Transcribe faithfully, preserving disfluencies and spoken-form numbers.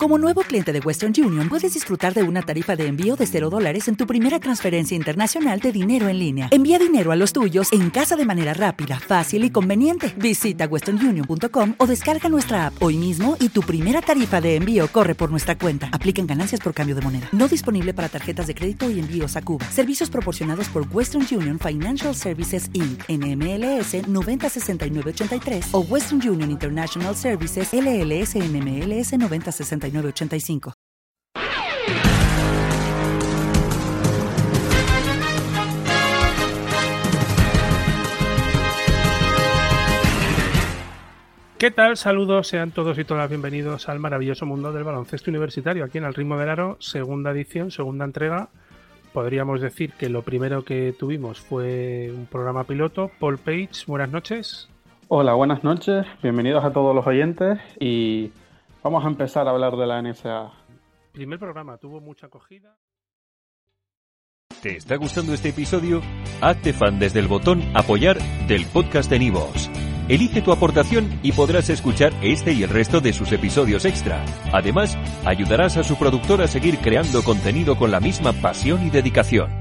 Como nuevo cliente de Western Union, puedes disfrutar de una tarifa de envío de cero dólares en tu primera transferencia internacional de dinero en línea. Envía dinero a los tuyos en casa de manera rápida, fácil y conveniente. Visita western union punto com o descarga nuestra app hoy mismo y tu primera tarifa de envío corre por nuestra cuenta. Aplican ganancias por cambio de moneda. No disponible para tarjetas de crédito y envíos a Cuba. Servicios proporcionados por Western Union Financial Services incorporated. N M L S noventa sesenta y nueve ochenta y tres o Western Union International Services L L S N M L S noventa sesenta y nueve ochenta y cinco. ¿Qué tal? Saludos, sean todos y todas bienvenidos al maravilloso mundo del baloncesto universitario, aquí en El Ritmo del Aro, segunda edición, segunda entrega. Podríamos decir que lo primero que tuvimos fue un programa piloto. Paul Page, buenas noches. Hola, buenas noches, bienvenidos a todos los oyentes y vamos a empezar a hablar de la N S A A. El primer programa tuvo mucha acogida. ¿Te está gustando este episodio? Hazte fan desde el botón Apoyar del podcast de iVoox. Elige tu aportación y podrás escuchar este y el resto de sus episodios extra. Además, ayudarás a su productor a seguir creando contenido con la misma pasión y dedicación.